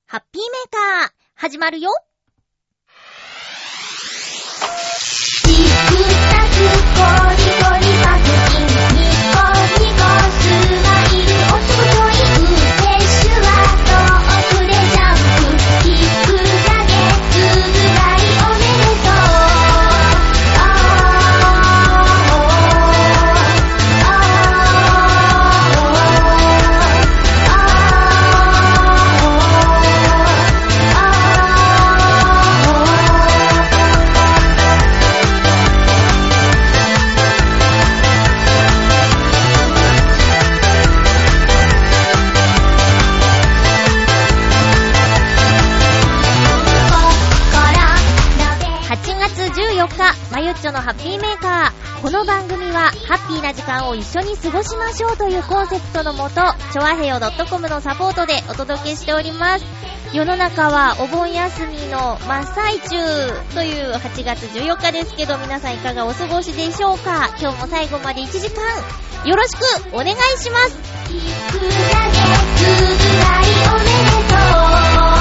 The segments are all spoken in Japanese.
ハッピーメーカー始まるよ。チクタクコリコリパクチンニコニコスマイルおすごいフレッシュはトークレジャンプ聞くだけつぶらいおめでとう。まゆっちょのハッピーメーカー。この番組はハッピーな時間を一緒に過ごしましょうというコンセプトのもと、チョアヘヨ .com のサポートでお届けしております。世の中はお盆休みの真っ最中という8月14日ですけど、皆さんいかがお過ごしでしょうか。今日も最後まで1時間よろしくお願いします。聞くだけつぶらいおめでとう。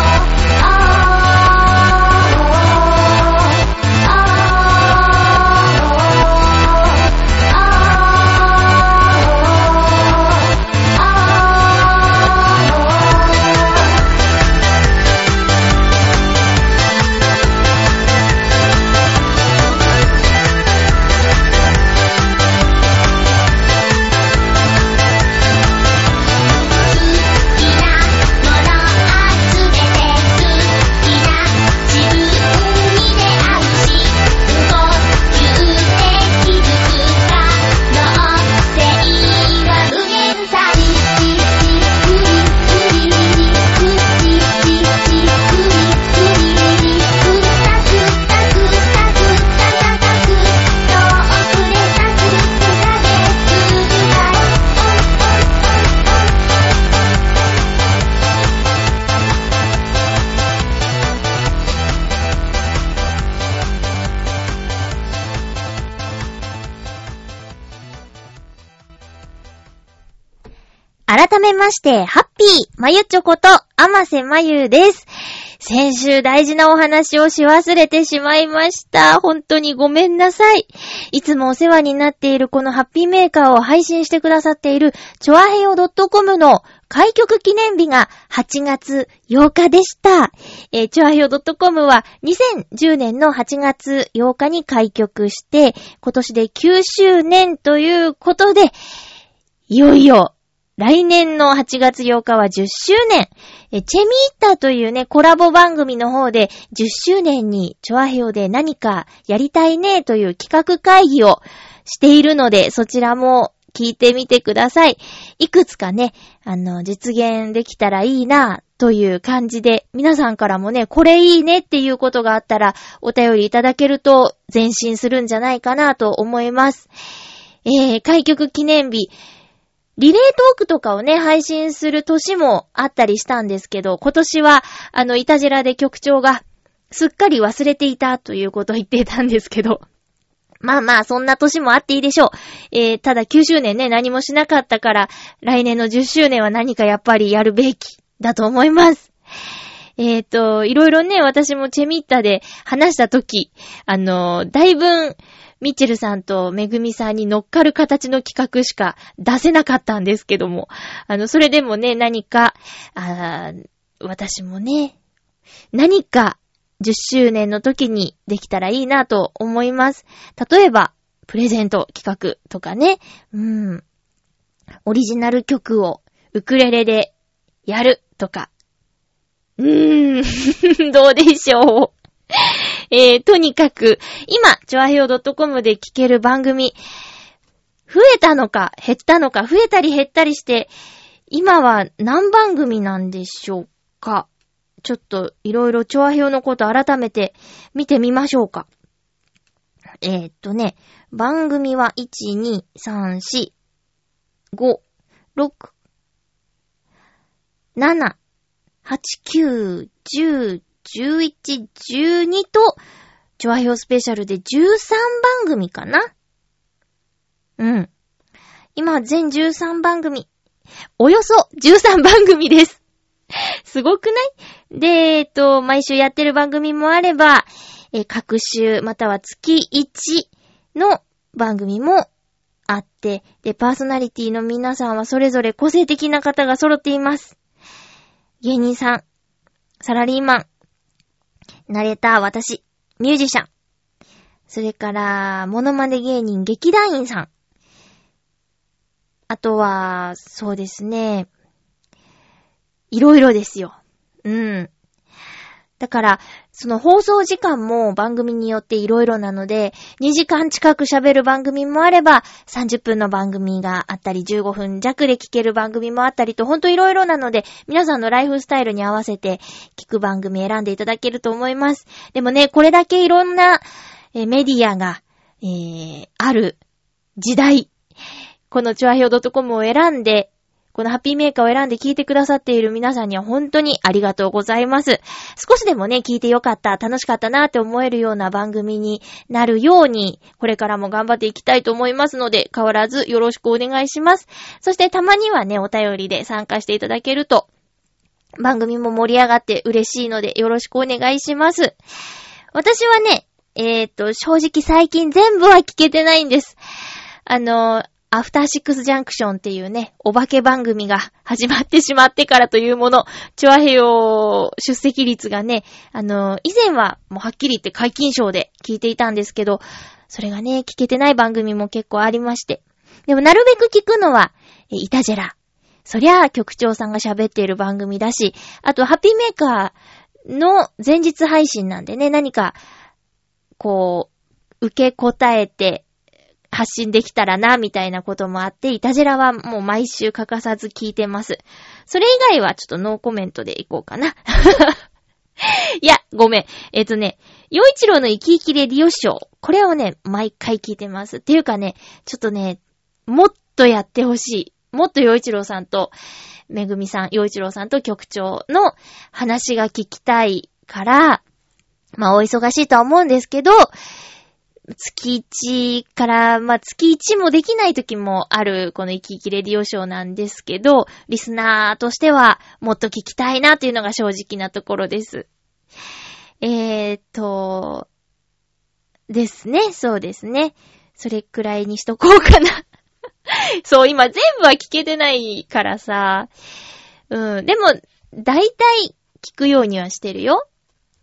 改めまして、ハッピーまゆっちょこと甘瀬まゆです。先週大事なお話をし忘れてしまいました。本当にごめんなさい。いつもお世話になっているこのハッピーメーカーを配信してくださっているチョアヘヨ .com の開局記念日が8月8日でした。チョアヘヨ .com は2010年の8月8日に開局して、今年で9周年ということで、いよいよ来年の8月8日は10周年。チェミータというね、コラボ番組の方で10周年にチョアヘヨで何かやりたいねという企画会議をしているので、そちらも聞いてみてください。いくつかね、実現できたらいいなという感じで、皆さんからもね、これいいねっていうことがあったらお便りいただけると前進するんじゃないかなと思います。開局記念日。リレートークとかをね、配信する年もあったりしたんですけど、今年は、イタジラで局長がすっかり忘れていたということを言っていたんですけど、まあまあ、そんな年もあっていいでしょう。ただ9周年ね、何もしなかったから、来年の10周年は何かやっぱりやるべきだと思います。いろいろね、私もチェミッタで話したとき、だいぶ、ミッチェルさんとめぐみさんに乗っかる形の企画しか出せなかったんですけども、それでもね、何か、私もね、何か10周年の時にできたらいいなと思います。例えば、プレゼント企画とかね、オリジナル曲をウクレレでやるとか、どうでしょう。とにかく、今、チョアヘヨ .com で聞ける番組、増えたのか減ったのか、増えたり減ったりして、今は何番組なんでしょうか。ちょっと、いろいろチョアヘヨのこと改めて見てみましょうか。番組は1、2、3、4、5、6、7、8、9、10、11、12と、チョアヘヨスペシャルで13番組かな？今、全13番組。およそ13番組です。すごくない？ で、毎週やってる番組もあれば、各週または月1の番組もあって、で、パーソナリティの皆さんはそれぞれ個性的な方が揃っています。芸人さん、サラリーマン、ナレーター、私、ミュージシャン、それから、モノマネ芸人、劇団員さん。あとは、そうですね、いろいろですよ。だから、その放送時間も番組によっていろいろなので、2時間近く喋る番組もあれば、30分の番組があったり、15分弱で聞ける番組もあったりと、ほんといろいろなので、皆さんのライフスタイルに合わせて聞く番組選んでいただけると思います。でもね、これだけいろんなメディアが、ある時代、このチュアヒョ .com を選んで、このハッピーメーカーを選んで聞いてくださっている皆さんには本当にありがとうございます。少しでもね、聞いてよかった、楽しかったなって思えるような番組になるように、これからも頑張っていきたいと思いますので、変わらずよろしくお願いします。そしてたまにはね、お便りで参加していただけると、番組も盛り上がって嬉しいので、よろしくお願いします。私はね、正直最近全部は聞けてないんです。アフターシックスジャンクションっていうね、お化け番組が始まってしまってからというもの、チョアヘヨ出席率がね、以前はもうはっきり言って皆勤賞で聞いていたんですけど、それがね、聞けてない番組も結構ありまして。でもなるべく聞くのは、イタジェラ。そりゃあ局長さんが喋っている番組だし、あとハッピーメーカーの前日配信なんでね、何か、こう、受け答えて、発信できたらな、みたいなこともあって、イタジェラはもう毎週欠かさず聞いてます。それ以外はちょっとノーコメントでいこうかな。いや、ごめん。陽一郎の生き生きレディオショー。これをね、毎回聞いてます。っていうかね、ちょっとね、もっとやってほしい。もっと陽一郎さんと、めぐみさん、陽一郎さんと局長の話が聞きたいから、まあお忙しいとは思うんですけど、月1から、まあ、月1もできない時もある、この生き生きレディオショーなんですけど、リスナーとしてはもっと聞きたいなというのが正直なところです。ですね、そうですね。それくらいにしとこうかな。そう、今全部は聞けてないからさ。でも、だいたい聞くようにはしてるよ。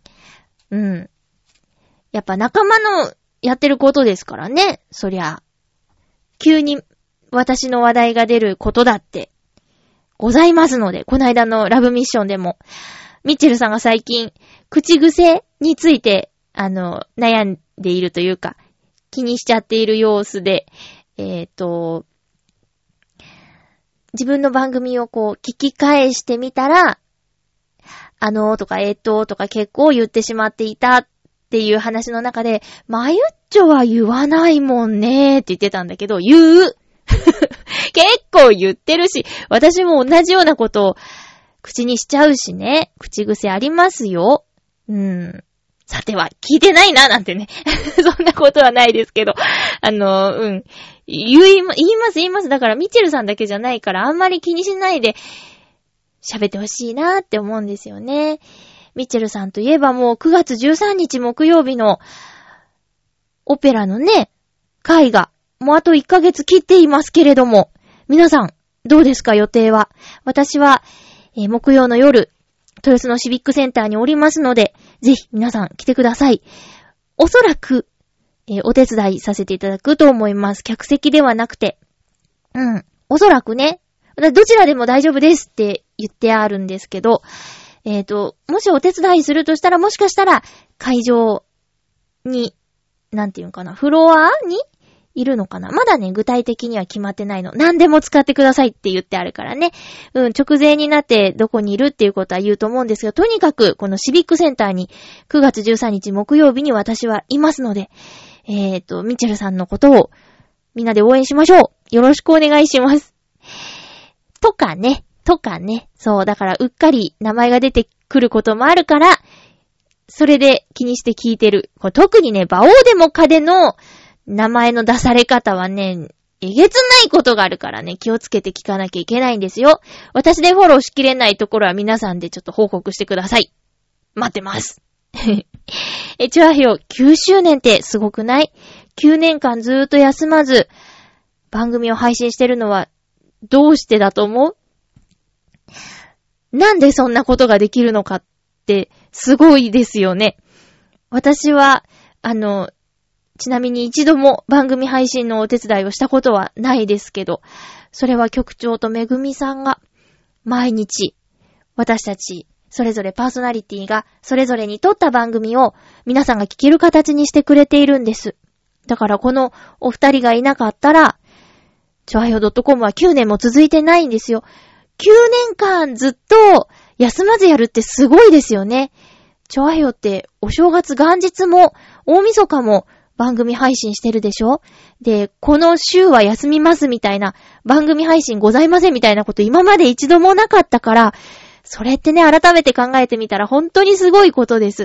やっぱ仲間のやってることですからね。そりゃ、急に私の話題が出ることだってございますので、この間のラブミッションでも、ミッチェルさんが最近、口癖について、悩んでいるというか、気にしちゃっている様子で、自分の番組をこう、聞き返してみたら、とか、とか結構言ってしまっていたっていう話の中で、まゆっちょは言わないもんねーって言ってたんだけど、言う結構言ってるし、私も同じようなことを口にしちゃうしね。口癖ありますよ。さては、聞いてないな、なんてね。そんなことはないですけど。言います。だから、ミッチェルさんだけじゃないから、あんまり気にしないで喋ってほしいなって思うんですよね。ミッチェルさんといえばもう9月13日木曜日のオペラのね、会がもうあと1ヶ月切っていますけれども、皆さんどうですか予定は。私は、木曜の夜、豊洲のシビックセンターにおりますので、ぜひ皆さん来てください。おそらく、お手伝いさせていただくと思います。客席ではなくて。おそらくね、どちらでも大丈夫ですって言ってあるんですけど、もしお手伝いするとしたら、もしかしたら会場に、なんていうのかな、フロアにいるのかな。まだね、具体的には決まってないの。何でも使ってくださいって言ってあるからね。直前になってどこにいるっていうことは言うと思うんですが、とにかくこのシビックセンターに9月13日木曜日に私はいますので、ミッチェルさんのことをみんなで応援しましょう。よろしくお願いします。とかね。そう、だからうっかり名前が出てくることもあるから、それで気にして聞いてる。特にね、馬王でもかでの名前の出され方はね、 えげつないことがあるからね、気をつけて聞かなきゃいけないんですよ。私でフォローしきれないところは皆さんでちょっと報告してください。待ってます。チュアヘヨ9周年ってすごくない？ 9 年間ずーっと休まず番組を配信してるのはどうしてだと思う？なんでそんなことができるのかってすごいですよね。私はちなみに一度も番組配信のお手伝いをしたことはないですけど、それは局長とめぐみさんが毎日私たちそれぞれパーソナリティがそれぞれに撮った番組を皆さんが聞ける形にしてくれているんです。だからこのお二人がいなかったら、ちょあひょ .com は9年も続いてないんですよ。9年間ずっと休まずやるってすごいですよね。ちょあひょってお正月元日も大晦日も番組配信してるでしょ？で、この週は休みますみたいな、番組配信ございませんみたいなこと今まで一度もなかったから、それってね、改めて考えてみたら本当にすごいことです。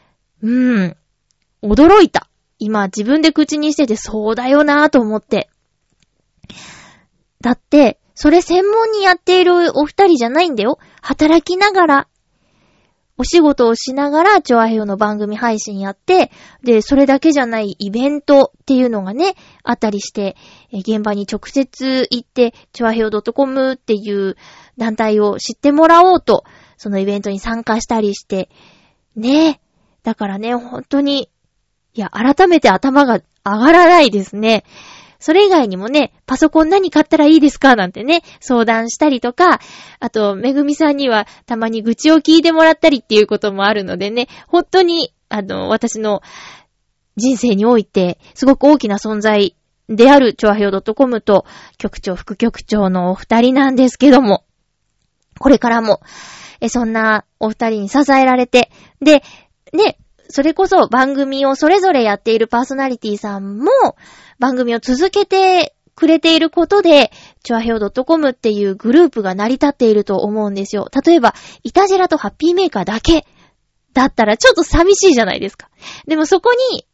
驚いた。今自分で口にしててそうだよなぁと思って。だって、それ専門にやっているお二人じゃないんだよ。働きながら。お仕事をしながら、チョアヘヨの番組配信やって、で、それだけじゃないイベントっていうのがね、あったりして、現場に直接行って、チョアヘヨ .com っていう団体を知ってもらおうと、そのイベントに参加したりして、ね。だからね、本当に、いや、改めて頭が上がらないですね。それ以外にもね、パソコン何買ったらいいですかなんてね、相談したりとか、あと、めぐみさんにはたまに愚痴を聞いてもらったりっていうこともあるのでね、本当に、私の人生において、すごく大きな存在である、ちょあへよ .com と、局長、副局長のお二人なんですけども、これからも、そんなお二人に支えられて、で、ね、それこそ番組をそれぞれやっているパーソナリティさんも番組を続けてくれていることで、ちょあへよ .com っていうグループが成り立っていると思うんですよ。例えば、イタジェラとハッピーメーカーだけだったらちょっと寂しいじゃないですか。でもそこに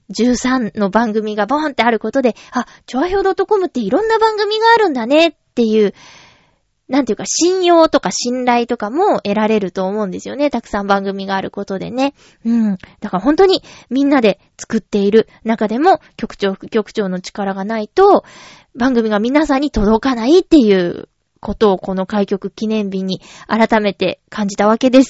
13の番組がボーンってあることで、あ、ちょあへよ .com っていろんな番組があるんだねっていう、なんていうか信用とか信頼とかも得られると思うんですよね。たくさん番組があることでね。だから本当にみんなで作っている中でも局長、副局長の力がないと番組が皆さんに届かないっていうことをこの開局記念日に改めて感じたわけです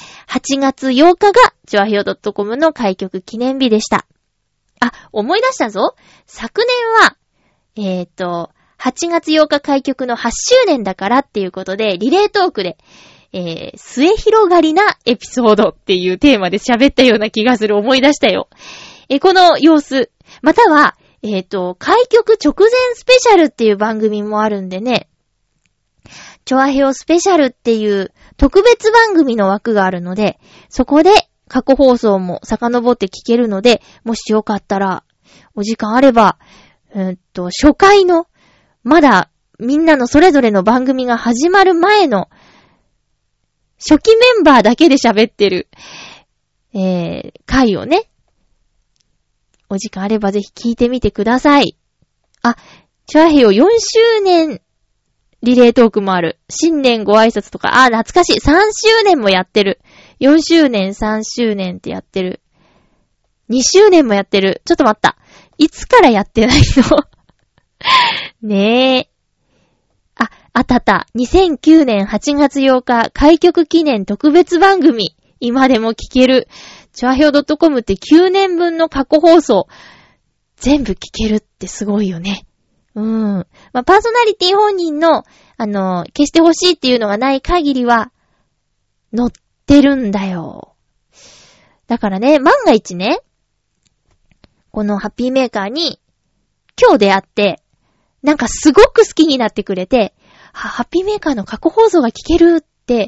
。8月8日がちょあへよ .com の開局記念日でした。あ、思い出したぞ。昨年は、8月8日開局の8周年だからっていうことで、リレートークで、末広がりなエピソードっていうテーマで喋ったような気がする。思い出したよ。この様子、または、開局直前スペシャルっていう番組もあるんでね、ちょあへよスペシャルっていう特別番組の枠があるので、そこで過去放送も遡って聞けるので、もしよかったら、お時間あれば、初回のまだみんなのそれぞれの番組が始まる前の初期メンバーだけで喋ってる、回をね、お時間あればぜひ聞いてみてください。あ、ちょあへよ4周年リレートークもある。新年ご挨拶とか、懐かしい。3周年もやってる。4周年、3周年ってやってる。2周年もやってる。ちょっと待った。いつからやってないのねえ。あった。2009年8月8日開局記念特別番組。今でも聞ける。ちょあへよ .com って9年分の過去放送。全部聞けるってすごいよね。パーソナリティ本人の、消してほしいっていうのがない限りは、載ってるんだよ。だからね、万が一ね、このハッピーメーカーに、今日出会って、なんかすごく好きになってくれて、ハッピーメーカーの過去放送が聞けるって、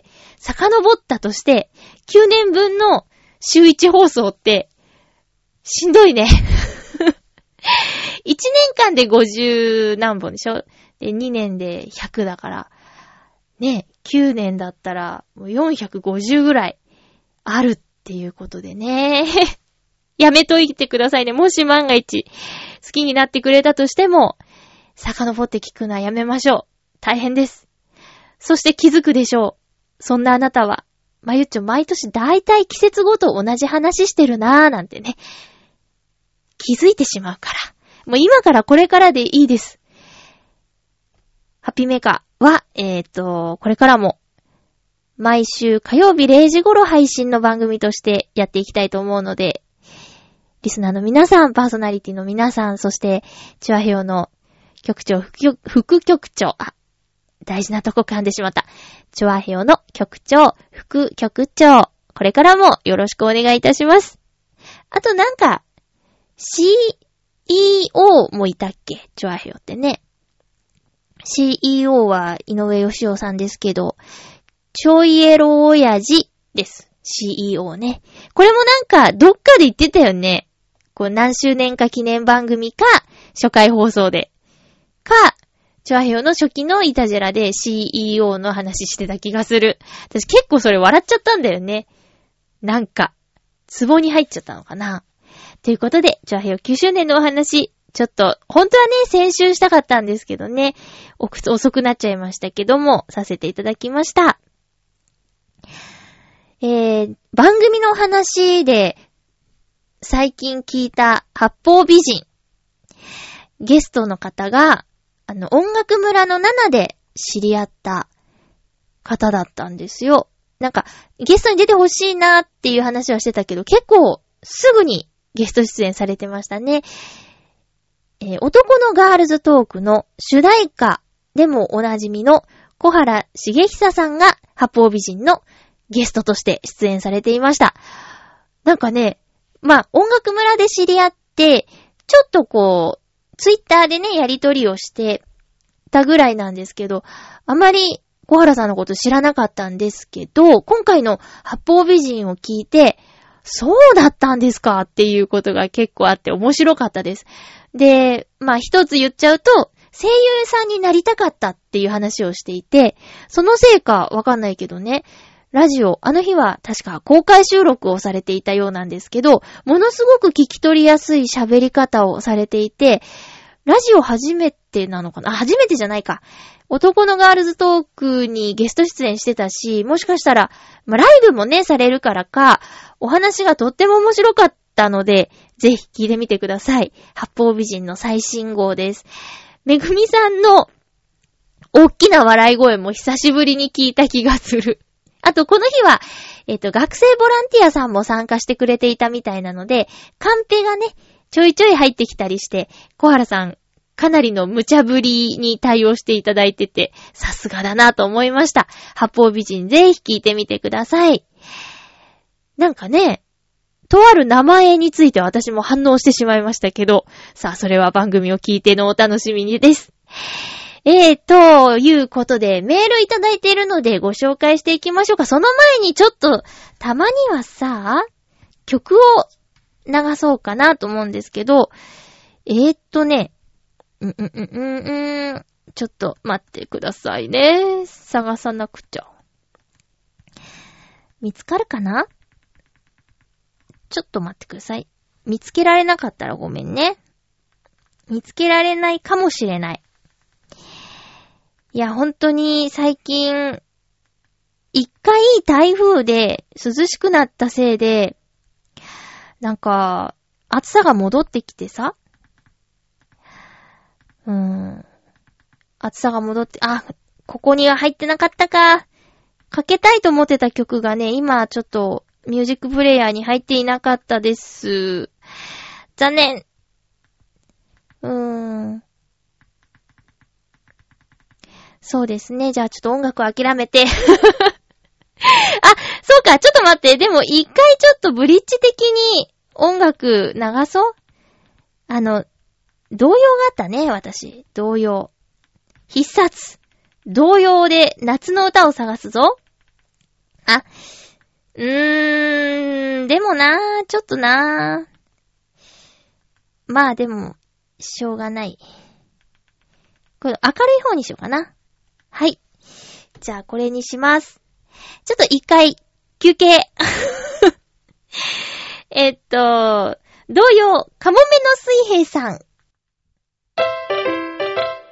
遡ったとして、9年分の週1放送って、しんどいね。1年間で50何本でしょ？で、2年で100だから、ね、9年だったら、もう450ぐらいあるっていうことでね。やめといてくださいね。もし万が一好きになってくれたとしても、 遡って聞くのはやめましょう。大変です。そして気づくでしょう。そんなあなたは、まゆっちょ毎年だいたい季節ごと同じ話してるなーなんてね。気づいてしまうから。もう今からこれからでいいです。ハッピーメーカーは、これからも、毎週火曜日0時頃配信の番組としてやっていきたいと思うので、リスナーの皆さん、パーソナリティの皆さん、そして、チュアヘヨの局長、副局長、大事なとこ噛んでしまった。チュアヘヨの局長、副局長、これからもよろしくお願いいたします。あとなんか、CEO もいたっけ？チュアヘヨってね。CEO は井上義雄さんですけど、ちょいエロ親父です。CEO ね。これもなんか、どっかで言ってたよね。こう何周年か記念番組か、初回放送で。か、チュアヘヨの初期のイタジェラで CEO の話してた気がする。私結構それ笑っちゃったんだよね。なんか、ツボに入っちゃったのかな。ということで、チュアヘヨ9周年のお話、ちょっと、本当はね、先週したかったんですけどね、遅くなっちゃいましたけども、させていただきました。番組の話で、最近聞いた八方美人。ゲストの方が、音楽村の7で知り合った方だったんですよ。なんか、ゲストに出てほしいなっていう話はしてたけど、結構すぐにゲスト出演されてましたね。男のガールズトークの主題歌でもおなじみの小原茂久さんが八方美人のゲストとして出演されていました。なんかね、まあ音楽村で知り合って、ちょっとこう、ツイッターでね、やりとりをしてたぐらいなんですけど、あまり小原さんのこと知らなかったんですけど、今回の八方美人を聞いて、そうだったんですかっていうことが結構あって面白かったです。で、まあ一つ言っちゃうと、声優さんになりたかったっていう話をしていて、そのせいかわかんないけどね、ラジオ、あの日は確か公開収録をされていたようなんですけど、ものすごく聞き取りやすい喋り方をされていて、ラジオ初めてなのかな？初めてじゃないか。男のガールズトークにゲスト出演してたし、もしかしたら、まあ、ライブもね、されるからか、お話がとっても面白かったので、ぜひ聞いてみてください。八方美人の最新号です。めぐみさんの大きな笑い声も久しぶりに聞いた気がする。あと、この日は、学生ボランティアさんも参加してくれていたみたいなので、カンペがね、ちょいちょい入ってきたりして、小原さん、かなりの無茶ぶりに対応していただいてて、さすがだなと思いました。八方美人ぜひ聞いてみてください。なんかね、とある名前について私も反応してしまいましたけど、さあ、それは番組を聞いてのお楽しみにです。ということで、メールいただいているのでご紹介していきましょうか。その前にちょっと、たまにはさ、曲を流そうかなと思うんですけど、ちょっと待ってくださいね。探さなくちゃ。見つかるかな？ちょっと待ってください。見つけられなかったらごめんね。見つけられないかもしれない。いや、本当に最近、一回台風で涼しくなったせいで、なんか、暑さが戻ってきてさ。暑さが戻って、ここには入ってなかったか。かけたいと思ってた曲がね、今ちょっとミュージックプレイヤーに入っていなかったです。残念。そうですね。じゃあちょっと音楽を諦めて。そうか。ちょっと待って。でも一回ちょっとブリッジ的に音楽流そう。童謡があったね、私。童謡。必殺。童謡で夏の歌を探すぞ。でもなー、ちょっとなー。まあでも、しょうがない。これ明るい方にしようかな。はい。じゃあこれにします。ちょっと一回、休憩。童謡、かもめの水平さん。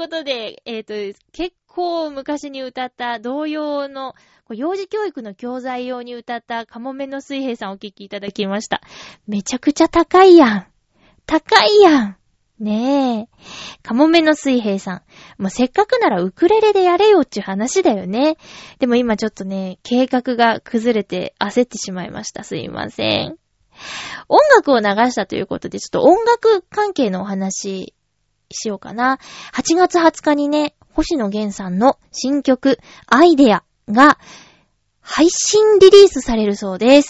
ことで、結構昔に歌った童謡の、幼児教育の教材用に歌ったカモメの水平さんをお聞きいただきました。めちゃくちゃ高いやん。高いやん。ねえ。カモメの水平さん。もうせっかくならウクレレでやれよっていう話だよね。でも今ちょっとね、計画が崩れて焦ってしまいました。すいません。音楽を流したということで、ちょっと音楽関係のお話しようかな。8月20日にね、星野源さんの新曲、アイデアが配信リリースされるそうです。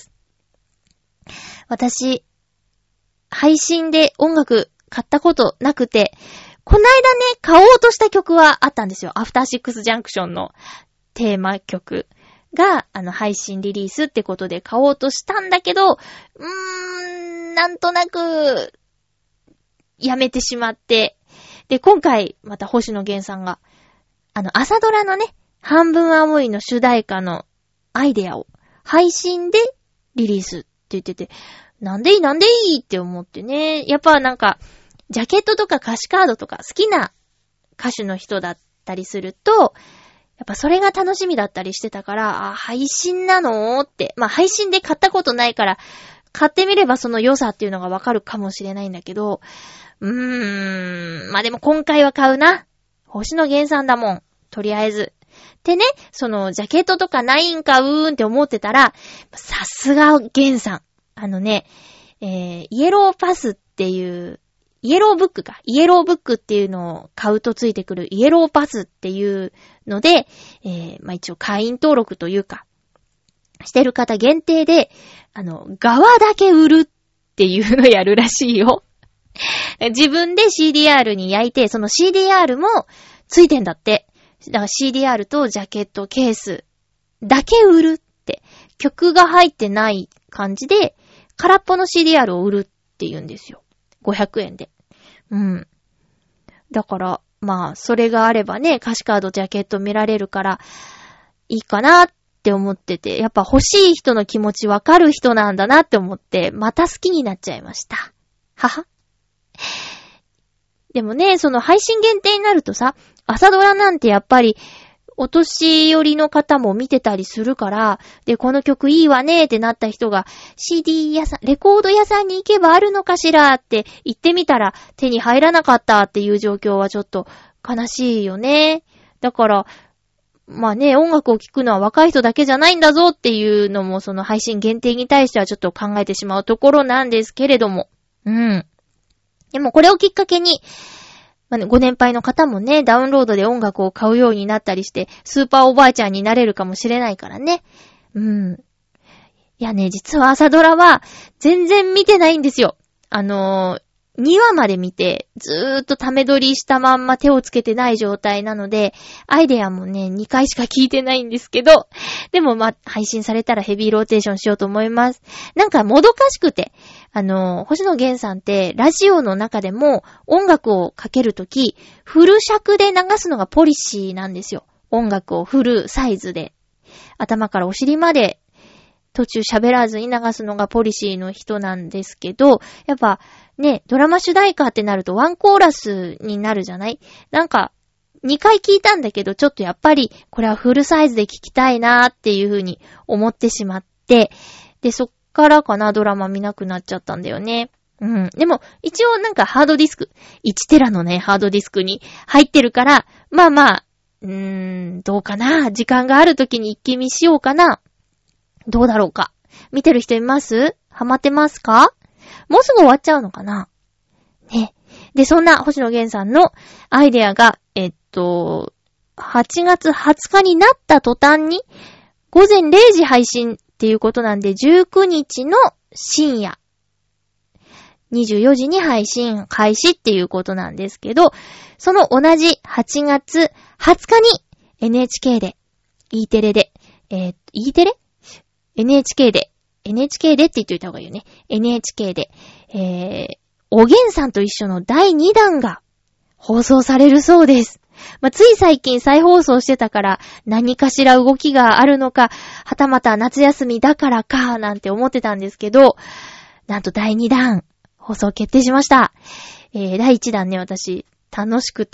私、配信で音楽買ったことなくて、こないだね、買おうとした曲はあったんですよ。アフターシックスジャンクションのテーマ曲が、配信リリースってことで買おうとしたんだけど、なんとなく、やめてしまって、で、今回、また星野源さんが、朝ドラのね、半分青いの主題歌のアイデアを配信でリリースって言ってて、なんでいいって思ってね。やっぱなんか、ジャケットとか歌詞カードとか好きな歌手の人だったりすると、やっぱそれが楽しみだったりしてたから、配信なのって。まあ配信で買ったことないから、買ってみればその良さっていうのがわかるかもしれないんだけど、まあでも今回は買うな。星野源さんだもん。とりあえず。でね、そのジャケットとかないんかって思ってたら、さすが源さん。イエローパスっていう、イエローブックっていうのを買うとついてくるイエローパスっていうので、まあ一応会員登録というか、してる方限定で、側だけ売るっていうのやるらしいよ。自分で CDR に焼いて、その CDR もついてんだって。だから CDR とジャケット、ケースだけ売るって。曲が入ってない感じで、空っぽの CDR を売るって言うんですよ。500円で。だから、まあ、それがあればね、歌詞カード、ジャケット見られるから、いいかなって思ってて、やっぱ欲しい人の気持ちわかる人なんだなって思って、また好きになっちゃいました。はは。でもね、その配信限定になるとさ、朝ドラなんてやっぱり、お年寄りの方も見てたりするから、で、この曲いいわねってなった人が、CD 屋さん、レコード屋さんに行けばあるのかしらって言ってみたら、手に入らなかったっていう状況はちょっと悲しいよね。だから、まあね、音楽を聴くのは若い人だけじゃないんだぞっていうのも、その配信限定に対してはちょっと考えてしまうところなんですけれども。でもこれをきっかけに、ご年配の方もね、ダウンロードで音楽を買うようになったりして、スーパーおばあちゃんになれるかもしれないからね。いやね、実は朝ドラは全然見てないんですよ。2話まで見て、ずーっとため撮りしたまんま手をつけてない状態なので、アイデアもね、2回しか聞いてないんですけど、でも配信されたらヘビーローテーションしようと思います。なんかもどかしくて、星野源さんってラジオの中でも音楽をかけるとき、フル尺で流すのがポリシーなんですよ。音楽をフルサイズで。頭からお尻まで途中喋らずに流すのがポリシーの人なんですけど、やっぱね、ドラマ主題歌ってなるとワンコーラスになるじゃない？なんか、2回聞いたんだけど、ちょっとやっぱり、これはフルサイズで聞きたいなーっていう風に思ってしまって、で、そっからかな、ドラマ見なくなっちゃったんだよね。でも、一応なんかハードディスク、1テラのね、ハードディスクに入ってるから、まあ、どうかな、時間がある時に一気見しようかな。どうだろうか。見てる人います？ハマってますか？もうすぐ終わっちゃうのかな？ね。で、そんな星野源さんのアイデアが、8月20日になった途端に、午前0時配信っていうことなんで、19日の深夜、24時に配信開始っていうことなんですけど、その同じ8月20日に NHK で、E テレで、E テレ？ NHK でって言っといた方がいいよね。NHK で、おげんさんと一緒の第2弾が放送されるそうです。つい最近再放送してたから何かしら動きがあるのか、はたまた夏休みだからか、なんて思ってたんですけど、なんと第2弾放送決定しました。第1弾ね、私楽しくて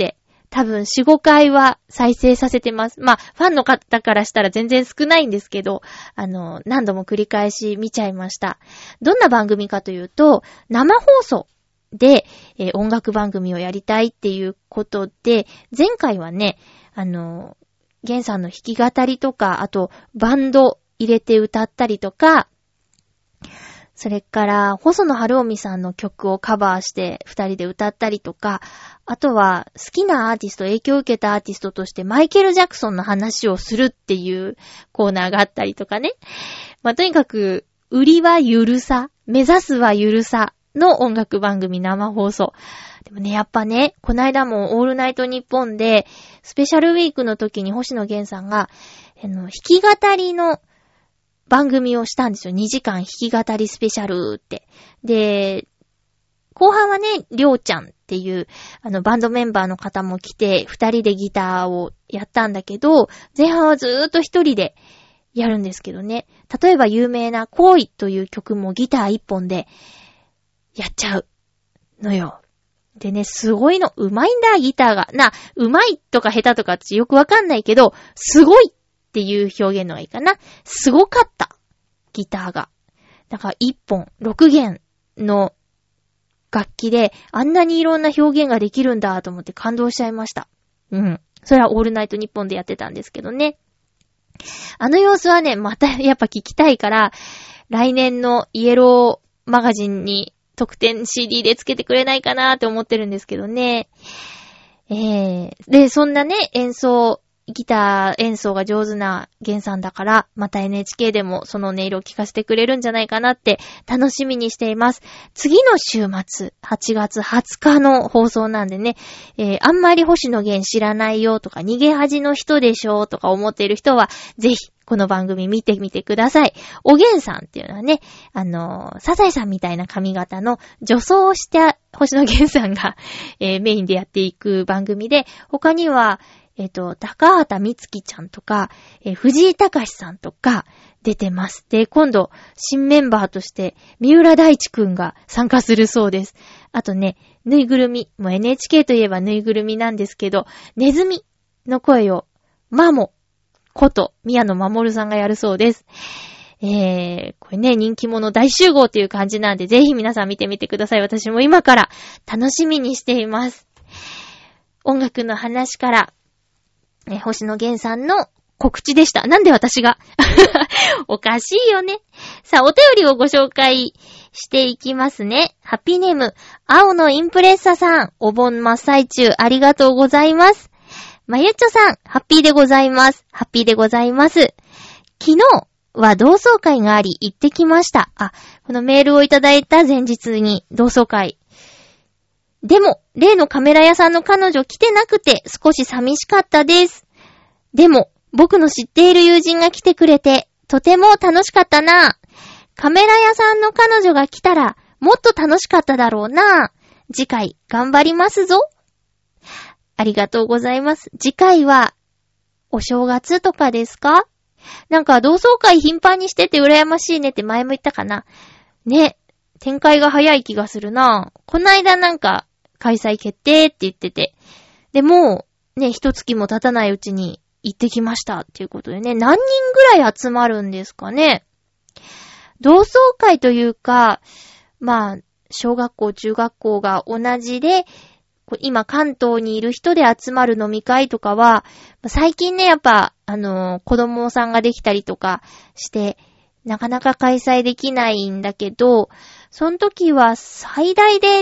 多分4、5回は再生させてます。まあ、ファンの方からしたら全然少ないんですけど、何度も繰り返し見ちゃいました。どんな番組かというと、生放送で、音楽番組をやりたいっていうことで、前回はね、ゲンさんの弾き語りとか、あと、バンド入れて歌ったりとか、それから、細野晴臣さんの曲をカバーして二人で歌ったりとか、あとは好きなアーティスト、影響を受けたアーティストとしてマイケル・ジャクソンの話をするっていうコーナーがあったりとかね。まあ、とにかく、売りはゆるさ、目指すはゆるさの音楽番組生放送。でもね、やっぱね、こないだもオールナイトニッポンで、スペシャルウィークの時に星野源さんが、弾き語りの番組をしたんですよ。2時間弾き語りスペシャルって。で、後半はね、りょうちゃんっていう、バンドメンバーの方も来て、2人でギターをやったんだけど、前半はずーっと1人でやるんですけどね。例えば有名な恋という曲もギター1本でやっちゃうのよ。でね、すごいの、うまいんだ、ギターが。うまいとか下手とかってよくわかんないけど、すごいっていう表現のがいいかな。すごかった。ギターが。だから1本、6弦の楽器で、あんなにいろんな表現ができるんだと思って感動しちゃいました。うん。それはオールナイトニッポンでやってたんですけどね。あの様子はね、またやっぱ聞きたいから、来年のイエローマガジンに特典 CD でつけてくれないかなって思ってるんですけどね。で、そんなね、ギター演奏が上手な源さんだから、また NHK でもその音色を聞かせてくれるんじゃないかなって楽しみにしています。次の週末、8月20日の放送なんでね、あんまり星野源知らないよとか、逃げ恥の人でしょとか思っている人は、ぜひこの番組見てみてください。おげんさんっていうのはね、サザエさんみたいな髪型の女装をした星野源さんが、メインでやっていく番組で、他には、高畑みつきちゃんとか、藤井隆さんとか出てます。で、今度、新メンバーとして、三浦大知くんが参加するそうです。あとね、ぬいぐるみ、もう NHK といえばぬいぐるみなんですけど、ネズミの声を、マモこと宮野真守さんがやるそうです。これね、人気者大集合っていう感じなんで、ぜひ皆さん見てみてください。私も今から楽しみにしています。音楽の話から、星野源さんの告知でした。なんで私がおかしいよね。さあ、お便りをご紹介していきますね。ハッピーネーム、青のインプレッサさん、お盆真っ最中ありがとうございます。まゆっちょさん、ハッピーでございます。ハッピーでございます。昨日は同窓会があり行ってきました。このメールをいただいた前日に同窓会。でも、例のカメラ屋さんの彼女来てなくて少し寂しかったです。でも、僕の知っている友人が来てくれて、とても楽しかったな。カメラ屋さんの彼女が来たら、もっと楽しかっただろうな。次回、頑張りますぞ。ありがとうございます。次回は、お正月とかですか？なんか同窓会頻繁にしてて羨ましいねって前も言ったかな。ね。展開が早い気がするな。こないだなんか、開催決定って言ってて。でも、ね、一月も経たないうちに行ってきましたっていうことでね、何人ぐらい集まるんですかね。同窓会というか、まあ、小学校、中学校が同じで、今関東にいる人で集まる飲み会とかは、最近ね、やっぱ、子供さんができたりとかして、なかなか開催できないんだけど、その時は最大で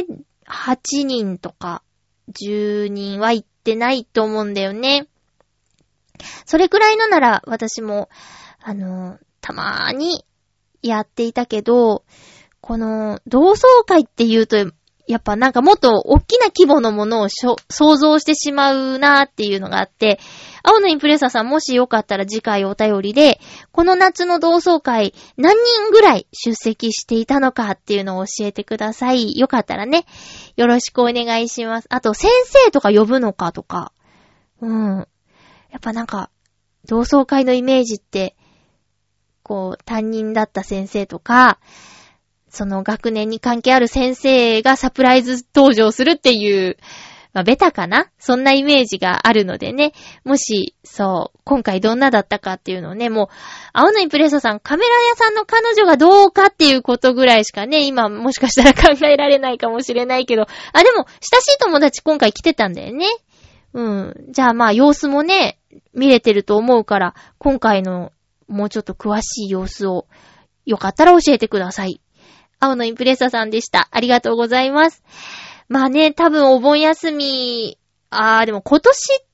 8人とか10人は行ってないと思うんだよね。それくらいのなら私も、たまーにやっていたけど、この同窓会っていうと、やっぱなんかもっと大きな規模のものを想像してしまうなーっていうのがあって、青のインプレッサーさんもしよかったら次回お便りで、この夏の同窓会何人ぐらい出席していたのかっていうのを教えてください。よかったらね、よろしくお願いします。あと先生とか呼ぶのかとか。やっぱなんか、同窓会のイメージって、担任だった先生とか、その学年に関係ある先生がサプライズ登場するっていう、 まあ、ベタかな？そんなイメージがあるのでね。もし、そう、今回どんなだったかっていうのをね、もう、青のインプレッサさん、カメラ屋さんの彼女がどうかっていうことぐらいしかね、今もしかしたら考えられないかもしれないけど、でも、親しい友達今回来てたんだよね。じゃあまあ、様子もね、見れてると思うから、今回のもうちょっと詳しい様子を、よかったら教えてください。青のインプレッサさんでした。ありがとうございます。まあね、多分お盆休み、でも今年って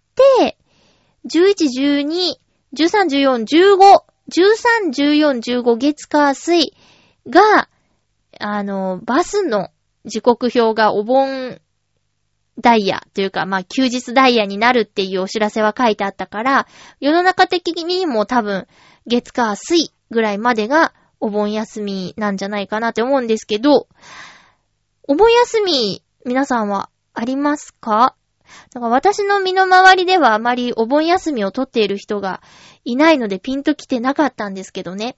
、11、12、13、14、15、13、14、15月火水が、バスの時刻表がお盆ダイヤというか、まあ休日ダイヤになるっていうお知らせは書いてあったから、世の中的にも多分月火水ぐらいまでがお盆休みなんじゃないかなって思うんですけど、お盆休み皆さんはありますか？だから私の身の回りではあまりお盆休みを取っている人がいないのでピンと来てなかったんですけどね。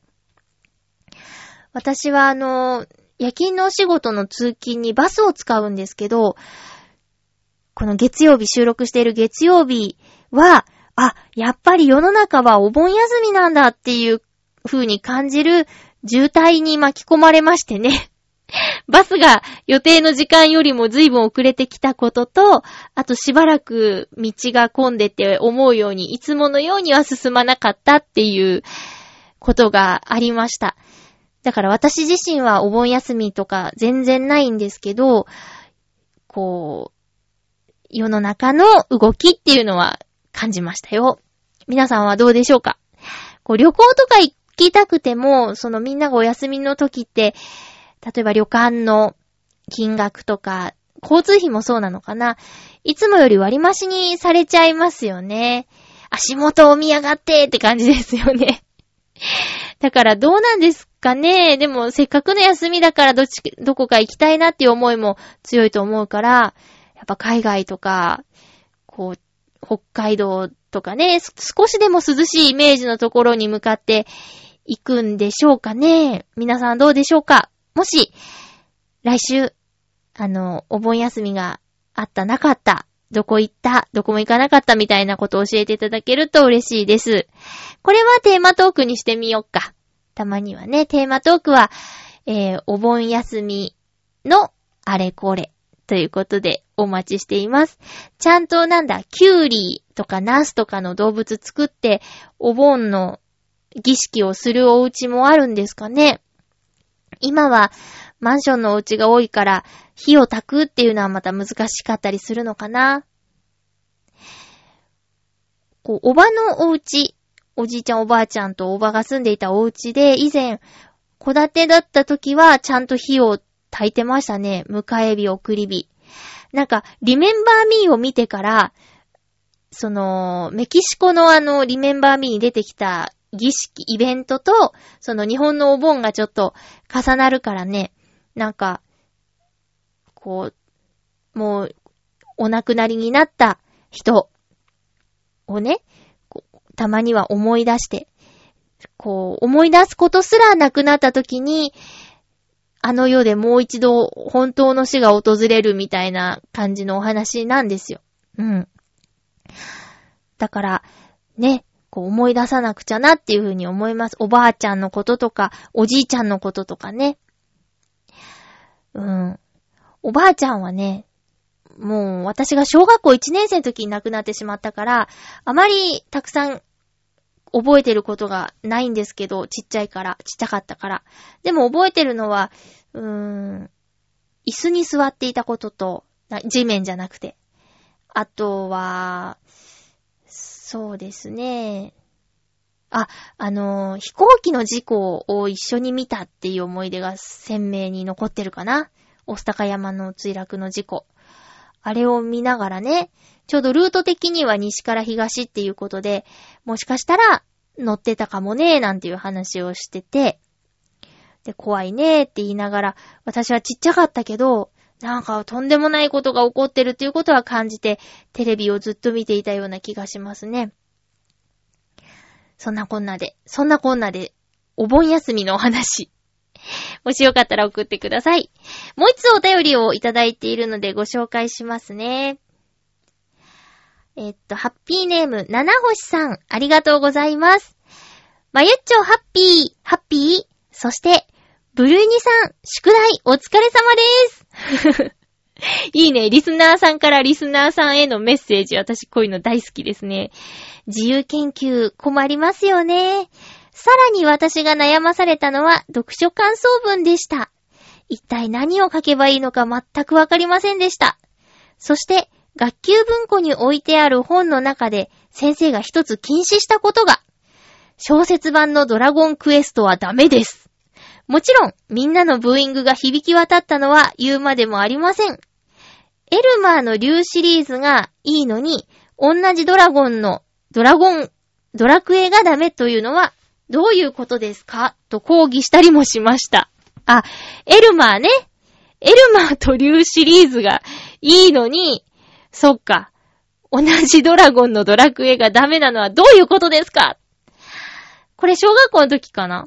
私は夜勤のお仕事の通勤にバスを使うんですけど、この月曜日収録している月曜日は、やっぱり世の中はお盆休みなんだっていう風に感じる渋滞に巻き込まれましてね。バスが予定の時間よりも随分遅れてきたことと、あとしばらく道が混んでて思うように、いつものようには進まなかったっていうことがありました。だから私自身はお盆休みとか全然ないんですけど、こう、世の中の動きっていうのは感じましたよ。皆さんはどうでしょうか？こう旅行とか行きたくても、そのみんながお休みの時って、例えば旅館の金額とか、交通費もそうなのかな。いつもより割増しにされちゃいますよね。足元を見やがってって感じですよね。だからどうなんですかね。でもせっかくの休みだからどこか行きたいなっていう思いも強いと思うから、やっぱ海外とか、こう、北海道とかね、少しでも涼しいイメージのところに向かって行くんでしょうかね。皆さんどうでしょうか？もし、来週、お盆休みがあった、なかった、どこ行った、どこも行かなかったみたいなことを教えていただけると嬉しいです。これはテーマトークにしてみよっか。たまにはね、テーマトークは、お盆休みのあれこれということでお待ちしています。ちゃんとキュウリとかナスとかの動物作って、お盆の儀式をするお家もあるんですかね。今はマンションのお家が多いから火を焚くっていうのはまた難しかったりするのかな。こう、おばのお家、おじいちゃんおばあちゃんとおばが住んでいたお家で以前、戸建てだった時はちゃんと火を焚いてましたね。迎え火、送り火。リメンバーミーを見てから、メキシコのリメンバーミーに出てきた儀式、イベントと、日本のお盆がちょっと重なるからね、こう、もう、お亡くなりになった人をね、たまには思い出して、思い出すことすらなくなった時に、あの世でもう一度本当の死が訪れるみたいな感じのお話なんですよ。だから、ね、思い出さなくちゃなっていうふうに思います。おばあちゃんのこととか、おじいちゃんのこととかね。おばあちゃんはね、もう私が小学校1年生の時に亡くなってしまったから、あまりたくさん覚えてることがないんですけど、ちっちゃかったから。でも覚えてるのは、椅子に座っていたことと、地面じゃなくて。あとは、そうですね。飛行機の事故を一緒に見たっていう思い出が鮮明に残ってるかな。御巣鷹山の墜落の事故。あれを見ながらね、ちょうどルート的には西から東っていうことで、もしかしたら乗ってたかもねーなんていう話をしてて、で、怖いねーって言いながら、私はちっちゃかったけど、とんでもないことが起こってるっていうことは感じて、テレビをずっと見ていたような気がしますね。そんなこんなで、お盆休みのお話。もしよかったら送ってください。もう一つお便りをいただいているのでご紹介しますね。 ハッピーネーム、七星さん、ありがとうございます。まゆっちょハッピー。そして、ブルーニさん、宿題お疲れ様です。いいね、リスナーさんからリスナーさんへのメッセージ、私こういうの大好きですね。自由研究困りますよね。さらに私が悩まされたのは読書感想文でした。一体何を書けばいいのか全くわかりませんでした。そして、学級文庫に置いてある本の中で先生が一つ禁止したことが、小説版のドラゴンクエストはダメです。もちろん、みんなのブーイングが響き渡ったのは言うまでもありません。エルマーの竜シリーズがいいのに、同じドラクエがダメというのはどういうことですかと抗議したりもしました。あ、エルマーね。エルマーと竜シリーズがいいのに、そっか。同じドラゴンのドラクエがダメなのはどういうことですか？これ小学校の時かな？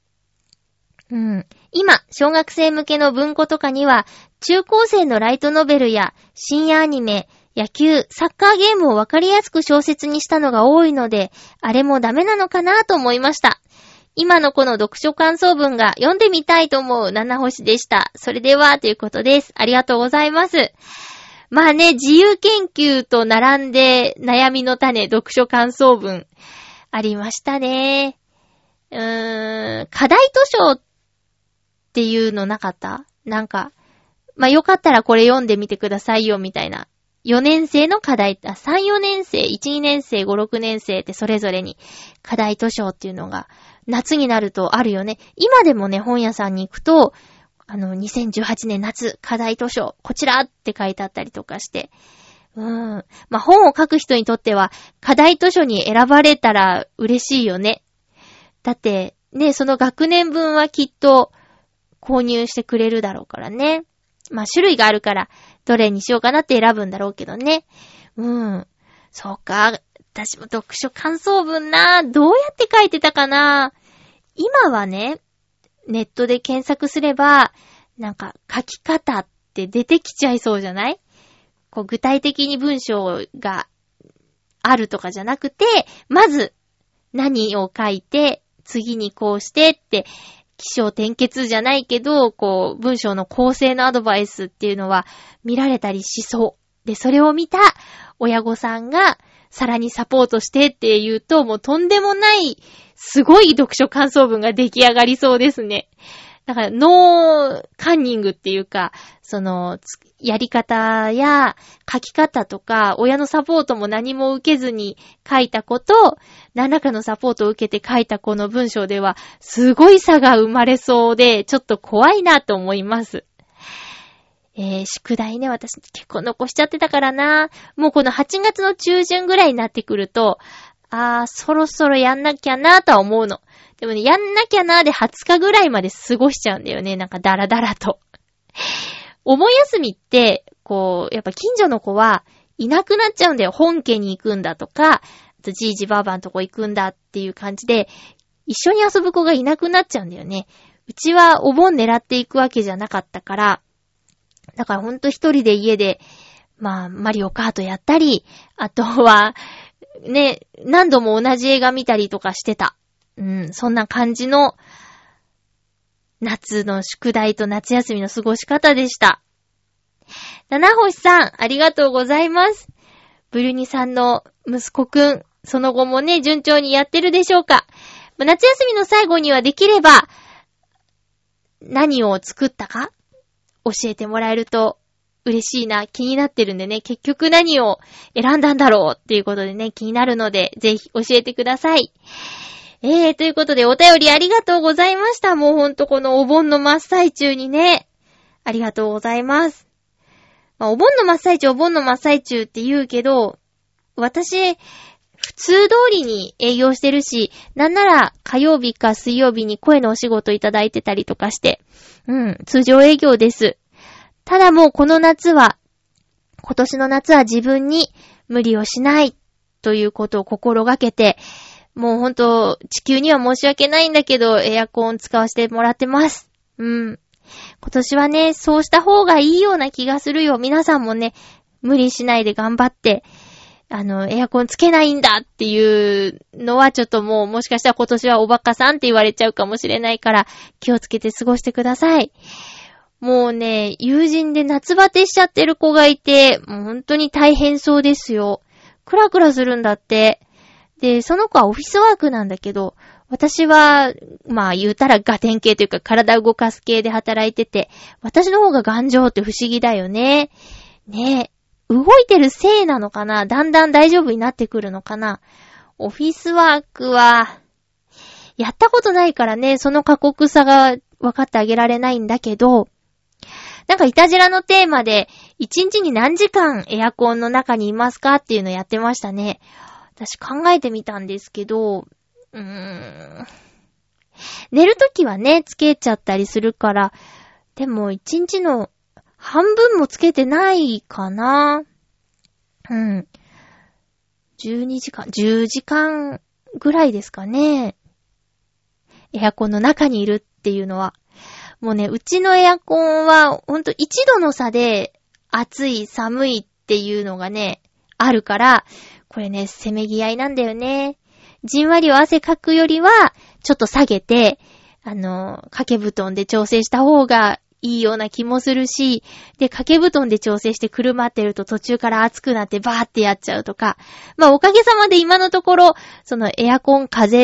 今、小学生向けの文庫とかには、中高生のライトノベルや深夜アニメ、野球、サッカーゲームをわかりやすく小説にしたのが多いので、あれもダメなのかなと思いました。今のこの読書感想文が読んでみたいと思う七星でした。それでは、ということです。ありがとうございます。まあね、自由研究と並んで悩みの種、読書感想文、ありましたね。課題図書っていうのなかった？なんか、まあよかったらこれ読んでみてくださいよ、みたいな。4年生の課題、3、4年生、1、2年生、5、6年生ってそれぞれに課題図書っていうのが夏になるとあるよね。今でもね、本屋さんに行くと、2018年夏課題図書、こちらって書いてあったりとかして。まあ、本を書く人にとっては、課題図書に選ばれたら嬉しいよね。だって、ね、その学年分はきっと購入してくれるだろうからね。まあ、種類があるから、どれにしようかなって選ぶんだろうけどね。そうか。私も読書感想文な。どうやって書いてたかな。今はね、ネットで検索すれば、なんか書き方って出てきちゃいそうじゃない？こう具体的に文章があるとかじゃなくて、まず何を書いて、次にこうしてって、起承転結じゃないけど、こう文章の構成のアドバイスっていうのは見られたりしそう。で、それを見た親御さんがさらにサポートしてって言うと、もうとんでもないすごい読書感想文が出来上がりそうですね。だからノーカンニングっていうか、そのやり方や書き方とか親のサポートも何も受けずに書いた子と何らかのサポートを受けて書いた子の文章ではすごい差が生まれそうでちょっと怖いなと思います。宿題ね、私結構残しちゃってたからな。もうこの8月の中旬ぐらいになってくると、そろそろやんなきゃなとは思うの。でもね、やんなきゃなで20日ぐらいまで過ごしちゃうんだよね。なんかダラダラと。お盆休みって、こう、やっぱ近所の子はいなくなっちゃうんだよ。本家に行くんだとか、あとじいじばあばのとこ行くんだっていう感じで、一緒に遊ぶ子がいなくなっちゃうんだよね。うちはお盆狙っていくわけじゃなかったから、だからほんと一人で家で、まあ、マリオカートやったり、あとは、ね、何度も同じ映画見たりとかしてた。そんな感じの夏の宿題と夏休みの過ごし方でした。七星さん、ありがとうございます。ブルニさんの息子くん、その後もね、順調にやってるでしょうか。夏休みの最後にはできれば、何を作ったか教えてもらえると嬉しいな、気になってるんでね、結局何を選んだんだろうっていうことでね、気になるので、ぜひ教えてください。ということでお便りありがとうございました。もうほんとこのお盆の真っ最中にね、ありがとうございます。まあ、お盆の真っ最中って言うけど、私、普通通りに営業してるし、なんなら火曜日か水曜日に声のお仕事いただいてたりとかして、通常営業です。ただもう今年の夏は自分に無理をしないということを心がけて、もうほんと地球には申し訳ないんだけどエアコン使わせてもらってます。今年はね、そうした方がいいような気がするよ。皆さんもね、無理しないで頑張って、 エアコンつけないんだっていうのはちょっともしかしたら今年はおバカさんって言われちゃうかもしれないから気をつけて過ごしてください。もうね、友人で夏バテしちゃってる子がいて、もう本当に大変そうですよ。クラクラするんだって。で、その子はオフィスワークなんだけど、私は、まあ言うたらガテン系というか体を動かす系で働いてて、私の方が頑丈って不思議だよね。ねえ、動いてるせいなのかな？だんだん大丈夫になってくるのかな？オフィスワークは、やったことないからね、その過酷さが分かってあげられないんだけど、なんかイタジラのテーマで、1日に何時間エアコンの中にいますかっていうのやってましたね。私考えてみたんですけど、寝るときはね、つけちゃったりするから、でも1日の半分もつけてないかな。12時間、10時間ぐらいですかね。エアコンの中にいるっていうのは。もうね、うちのエアコンはほんと1度の差で暑い、寒いっていうのがね、あるから、これね、せめぎ合いなんだよね。じんわりを汗かくよりは、ちょっと下げて、掛け布団で調整した方がいいような気もするし、で、掛け布団で調整してくるまってると途中から暑くなってバーってやっちゃうとか。まあ、おかげさまで今のところ、そのエアコン風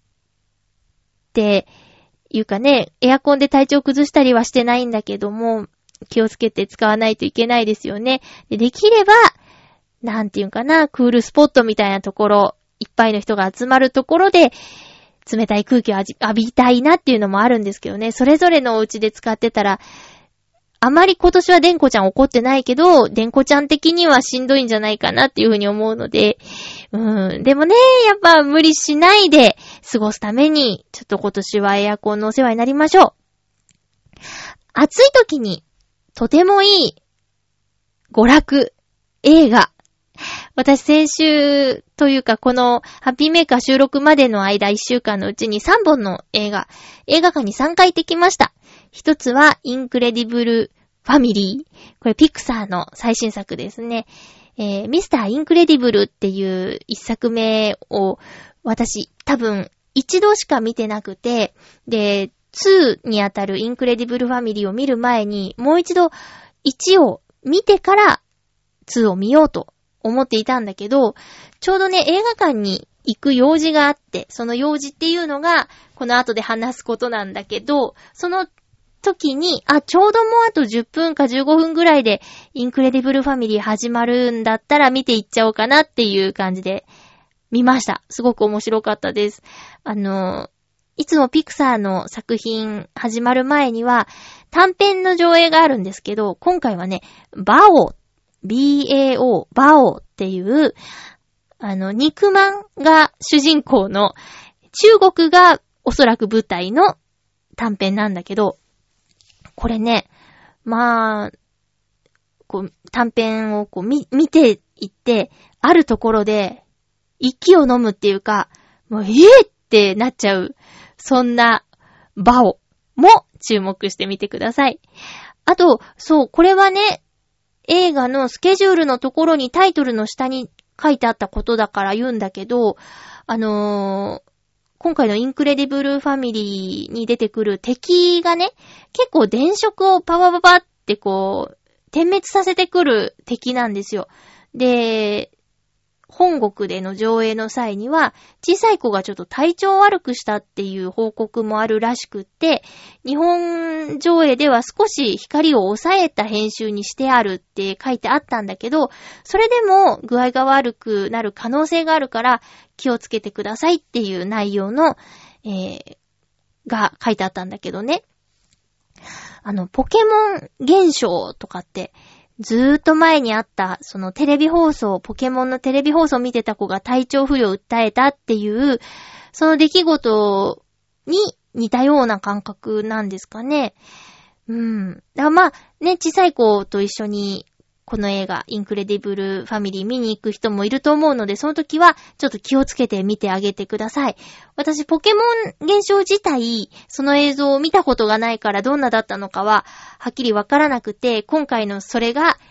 っていうかね、エアコンで体調崩したりはしてないんだけども、気をつけて使わないといけないですよね。できれば、なんていうかな、クールスポットみたいなところ、いっぱいの人が集まるところで、冷たい空気を浴びたいなっていうのもあるんですけどね。それぞれのお家で使ってたら、あまり今年はデンコちゃん怒ってないけど、デンコちゃん的にはしんどいんじゃないかなっていうふうに思うので、でもね、やっぱ無理しないで過ごすために、ちょっと今年はエアコンのお世話になりましょう。暑い時に、とてもいい、娯楽、映画。私先週というかこのハッピーメーカー収録までの間1週間のうちに3本の映画館に3回行ってきました。一つはインクレディブルファミリー。これピクサーの最新作ですね。ミスターインクレディブルっていう一作目を私多分一度しか見てなくて、で、2にあたるインクレディブルファミリーを見る前にもう一度1を見てから2を見ようと思っていたんだけど、ちょうどね、映画館に行く用事があって、その用事っていうのが、この後で話すことなんだけど、その時に、ちょうどもうあと10分か15分ぐらいで、インクレディブルファミリー始まるんだったら見ていっちゃおうかなっていう感じで見ました。すごく面白かったです。いつもピクサーの作品始まる前には、短編の上映があるんですけど、今回はね、BAO、バオっていう、肉まんが主人公の中国がおそらく舞台の短編なんだけど、これね、まあ、こう短編をこう見ていって、あるところで息を飲むっていうか、もうってなっちゃう、そんなバオも注目してみてください。あと、そう、これはね、映画のスケジュールのところにタイトルの下に書いてあったことだから言うんだけど、今回のインクレディブルファミリーに出てくる敵がね、結構電飾をパワパってこう、点滅させてくる敵なんですよ。で、本国での上映の際には、小さい子がちょっと体調悪くしたっていう報告もあるらしくって、日本上映では少し光を抑えた編集にしてあるって書いてあったんだけど、それでも具合が悪くなる可能性があるから気をつけてくださいっていう内容の、が書いてあったんだけどね。ポケモン現象とかって、ずーっと前にあった、そのテレビ放送、ポケモンのテレビ放送を見てた子が体調不良を訴えたっていう、その出来事に似たような感覚なんですかね。だからまあ、ね、小さい子と一緒に、この映画、インクレディブルファミリー見に行く人もいると思うので、その時はちょっと気をつけて見てあげてください。私、ポケモン現象自体、その映像を見たことがないからどんなだったのかは、はっきりわからなくて、今回のそれが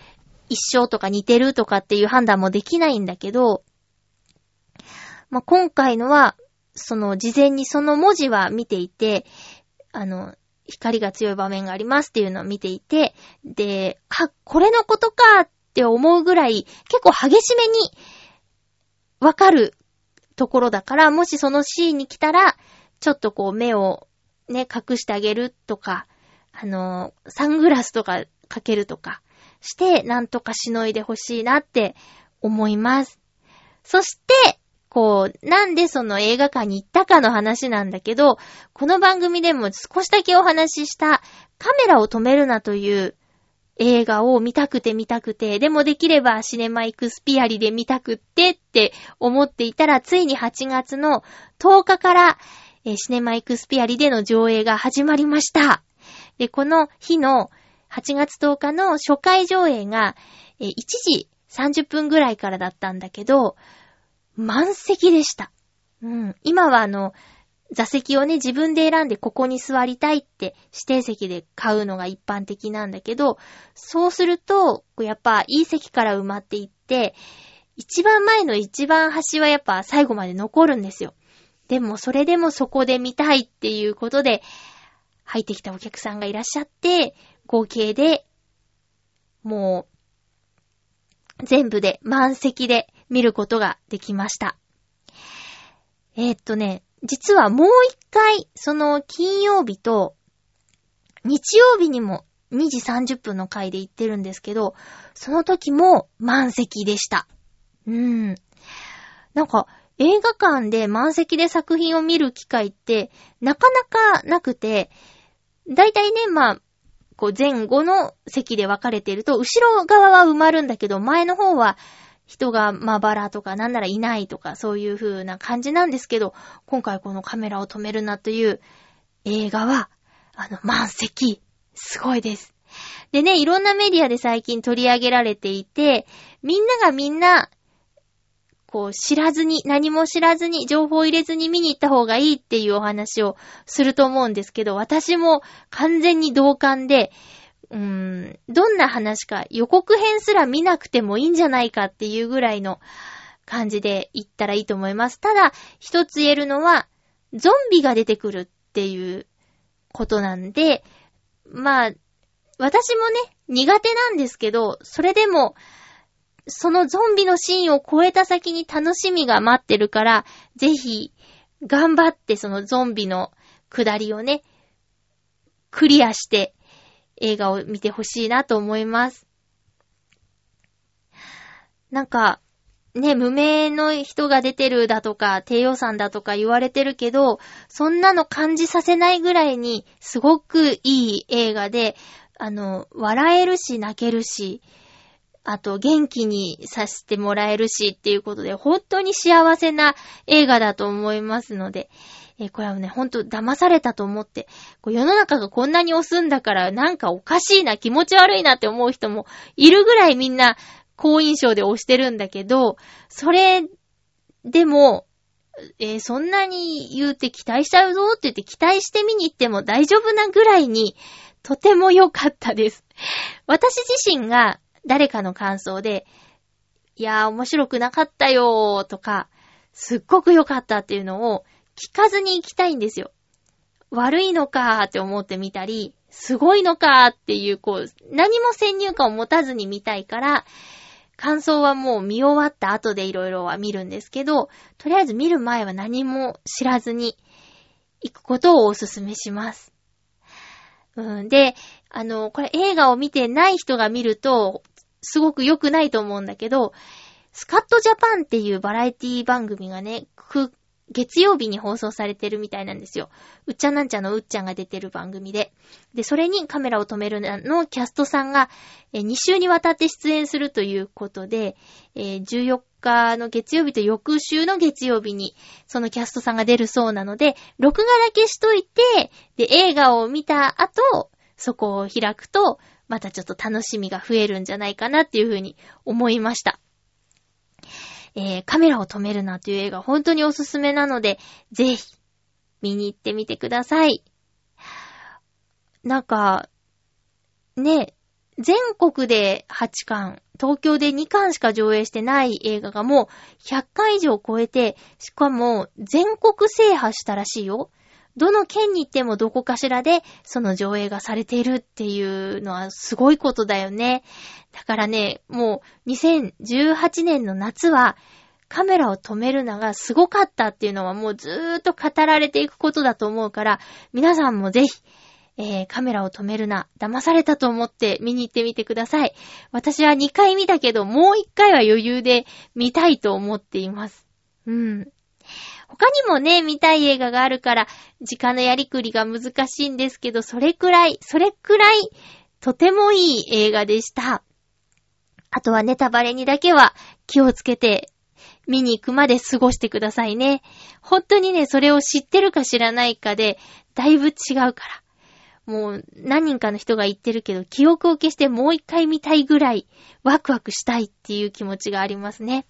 一緒とか似てるとかっていう判断もできないんだけど、まあ、今回のは、事前にその文字は見ていて、光が強い場面がありますっていうのを見ていて、で、これのことかって思うぐらい、結構激しめにわかるところだから、もしそのシーンに来たら、ちょっとこう目をね、隠してあげるとか、サングラスとかかけるとかして、なんとかしのいでほしいなって思います。そして、なんでその映画館に行ったかの話なんだけど、この番組でも少しだけお話ししたカメラを止めるなという映画を見たくて、でもできればシネマイクスピアリで見たくって思っていたら、ついに8月の10日から、シネマイクスピアリでの上映が始まりました。で、この日の8月10日の初回上映が、1時30分ぐらいからだったんだけど、満席でした。今は座席をね、自分で選んでここに座りたいって指定席で買うのが一般的なんだけど、そうすると、やっぱいい席から埋まっていって、一番前の一番端はやっぱ最後まで残るんですよ。でもそれでもそこで見たいっていうことで、入ってきたお客さんがいらっしゃって、合計で、もう、全部で満席で見ることができました。実はもう一回、その金曜日と日曜日にも2時30分の回で行ってるんですけど、その時も満席でした。なんか映画館で満席で作品を見る機会ってなかなかなくて、だいたいね、前後の席で分かれていると、後ろ側は埋まるんだけど、前の方は人がまばらとかなんならいないとかそういう風な感じなんですけど、今回このカメラを止めるなという映画は満席すごいです。でね、いろんなメディアで最近取り上げられていて、みんな何も知らずに情報を入れずに見に行った方がいいっていうお話をすると思うんですけど、私も完全に同感で、どんな話か予告編すら見なくてもいいんじゃないかっていうぐらいの感じで言ったらいいと思います。ただ、一つ言えるのは、ゾンビが出てくるっていうことなんで、私もね、苦手なんですけど、それでも、そのゾンビのシーンを超えた先に楽しみが待ってるから、ぜひ、頑張ってそのゾンビの下りをね、クリアして、映画を見てほしいなと思います。なんか、ね、無名の人が出てるだとか、低予算だとか言われてるけど、そんなの感じさせないぐらいに、すごくいい映画で、笑えるし、泣けるし、あと元気にさせてもらえるしっていうことで、本当に幸せな映画だと思いますので、これはね、本当騙されたと思って、世の中がこんなに押すんだからなんかおかしいな、気持ち悪いなって思う人もいるぐらいみんな好印象で押してるんだけど、それでも、そんなに言うて期待しちゃうぞって言って期待して見に行っても大丈夫なぐらいにとても良かったです。私自身が誰かの感想で、いやー面白くなかったよーとか、すっごく良かったっていうのを聞かずに行きたいんですよ。悪いのかーって思ってみたり、すごいのかーっていう何も先入観を持たずに見たいから、感想はもう見終わった後でいろいろは見るんですけど、とりあえず見る前は何も知らずに行くことをお勧めします。で、これ映画を見てない人が見ると、すごく良くないと思うんだけど、スカットジャパンっていうバラエティ番組がね、月曜日に放送されてるみたいなんですよ。うっちゃんなんちゃんのうっちゃんが出てる番組で。で、それにカメラを止めるのキャストさんが2週にわたって出演するということで、14日の月曜日と翌週の月曜日にそのキャストさんが出るそうなので、録画だけしといて、で、映画を見た後、そこを開くと、またちょっと楽しみが増えるんじゃないかなっていうふうに思いました。カメラを止めるなという映画本当におすすめなので、ぜひ見に行ってみてください。なんか、ね、 全国で8巻、東京で2巻しか上映してない映画がもう100巻以上超えて、しかも全国制覇したらしいよ。どの県に行ってもどこかしらでその上映がされているっていうのはすごいことだよね。だからね、もう2018年の夏はカメラを止めるのがすごかったっていうのはもうずーっと語られていくことだと思うから、皆さんもぜひ、カメラを止めるな、騙されたと思って見に行ってみてください。私は2回見たけど、もう1回は余裕で見たいと思っています。他にもね、見たい映画があるから、時間のやりくりが難しいんですけど、それくらい、とてもいい映画でした。あとはネタバレにだけは気をつけて、見に行くまで過ごしてくださいね。本当にね、それを知ってるか知らないかで、だいぶ違うから。もう何人かの人が言ってるけど、記憶を消してもう一回見たいぐらい、ワクワクしたいっていう気持ちがありますね。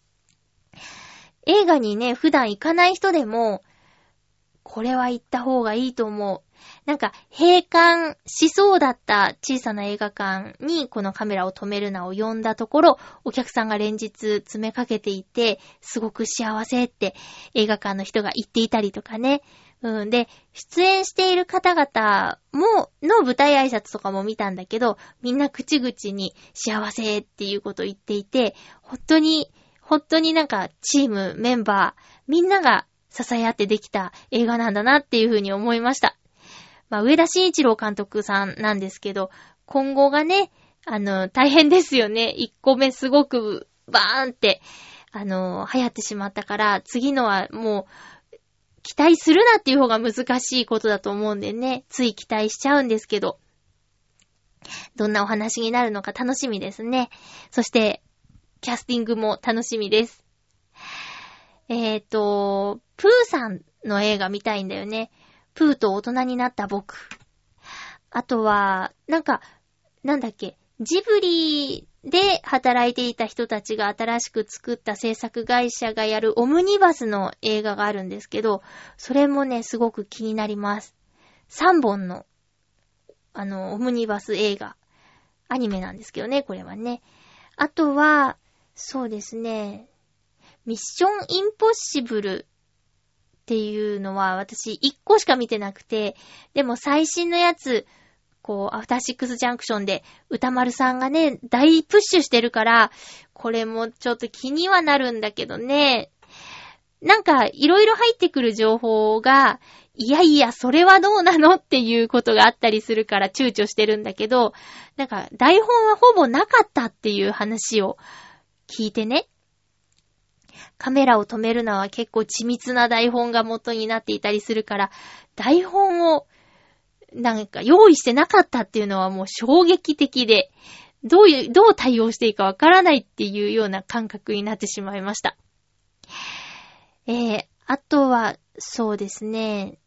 映画にね、普段行かない人でも、これは行った方がいいと思う。なんか、閉館しそうだった小さな映画館にこのカメラを止めるなを呼んだところ、お客さんが連日詰めかけていて、すごく幸せって映画館の人が言っていたりとかね。で、出演している方々の舞台挨拶とかも見たんだけど、みんな口々に幸せっていうことを言っていて、本当になんかチーム、メンバー、みんなが支え合ってできた映画なんだなっていうふうに思いました。上田慎一郎監督さんなんですけど、今後がね、大変ですよね。1個目すごくバーンって、流行ってしまったから、次のはもう、期待するなっていう方が難しいことだと思うんでね、つい期待しちゃうんですけど、どんなお話になるのか楽しみですね。そして、キャスティングも楽しみです。プーさんの映画見たいんだよね。プーと大人になった僕。あとは、なんだっけ、ジブリで働いていた人たちが新しく作った制作会社がやるオムニバスの映画があるんですけど、それもね、すごく気になります。3本の、オムニバス映画。アニメなんですけどね、これはね。あとは、そうですね、ミッションインポッシブルっていうのは私1個しか見てなくて、でも最新のやつ、アフターシックスジャンクションで歌丸さんがね、大プッシュしてるから、これもちょっと気にはなるんだけどね。なんかいろいろ入ってくる情報が、いや、それはどうなのっていうことがあったりするから躊躇してるんだけど、なんか台本はほぼなかったっていう話を聞いてね。カメラを止めるのは結構緻密な台本が元になっていたりするから、台本をなんか用意してなかったっていうのはもう衝撃的で、どう対応していいかわからないっていうような感覚になってしまいました。あとは、そうですね。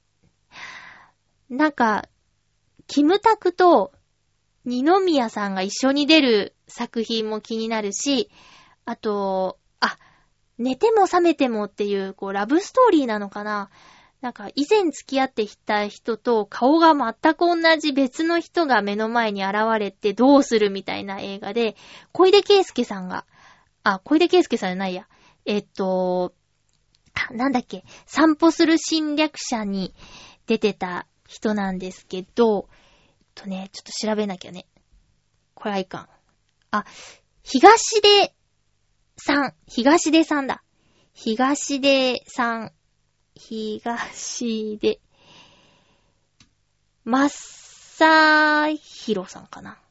なんか、キムタクと二宮さんが一緒に出る作品も気になるし、あと、寝ても覚めてもっていう、ラブストーリーなのかな？なんか、以前付き合ってきた人と顔が全く同じ別の人が目の前に現れてどうするみたいな映画で、小出圭介さんじゃないや。なんだっけ、散歩する侵略者に出てた人なんですけど、ちょっと調べなきゃね。これはいかん。東出さんだ。東出正宏さんかな。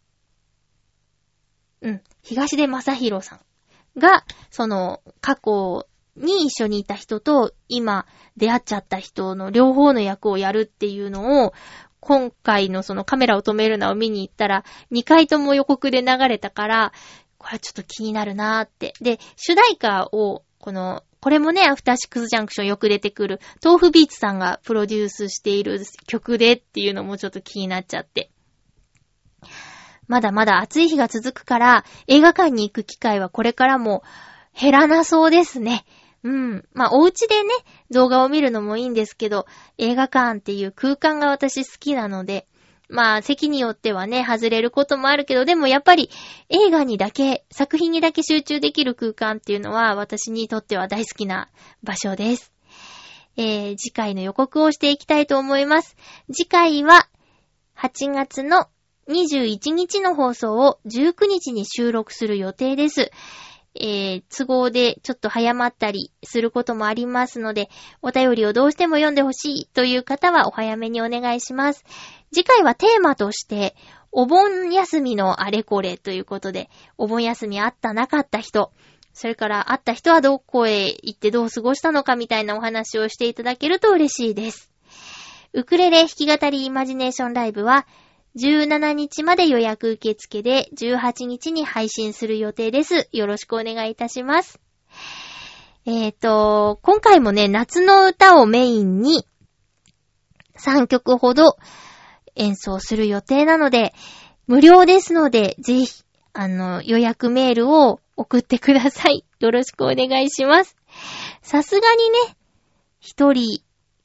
東出正宏さんが、過去に一緒にいた人と、今出会っちゃった人の両方の役をやるっていうのを、今回のカメラを止めるなを見に行ったら、2回とも予告で流れたから、これはちょっと気になるなーって。で、主題歌を、これもね、アフターシックスジャンクションよく出てくる、豆腐ビーツさんがプロデュースしている曲でっていうのもちょっと気になっちゃって。まだまだ暑い日が続くから、映画館に行く機会はこれからも減らなそうですね。お家でね、動画を見るのもいいんですけど、映画館っていう空間が私好きなので、 まあ席によってはね、外れることもあるけど、でもやっぱり映画にだけ、作品にだけ集中できる空間っていうのは私にとっては大好きな場所です。次回の予告をしていきたいと思います。次回は8月の21日の放送を19日に収録する予定です。都合でちょっと早まったりすることもありますので、お便りをどうしても読んでほしいという方はお早めにお願いします。次回はテーマとして、お盆休みのあれこれということで、お盆休みあったなかった人、それからあった人はどこへ行ってどう過ごしたのかみたいなお話をしていただけると嬉しいです。ウクレレ弾き語りイマジネーションライブは、17日まで予約受付で18日に配信する予定です。よろしくお願いいたします。今回もね、夏の歌をメインに3曲ほど演奏する予定なので、無料ですので、ぜひ、予約メールを送ってください。よろしくお願いします。さすがにね、一人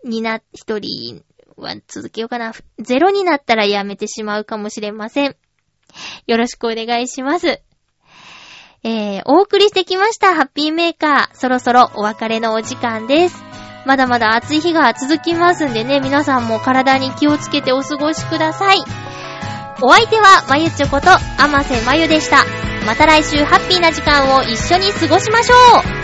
は続けようかな。0になったらやめてしまうかもしれません。よろしくお願いします。お送りしてきましたハッピーメーカー。そろそろお別れのお時間です。まだまだ暑い日が続きますんでね、皆さんも体に気をつけてお過ごしください。お相手はまゆちょこと甘瀬まゆでした。また来週ハッピーな時間を一緒に過ごしましょう。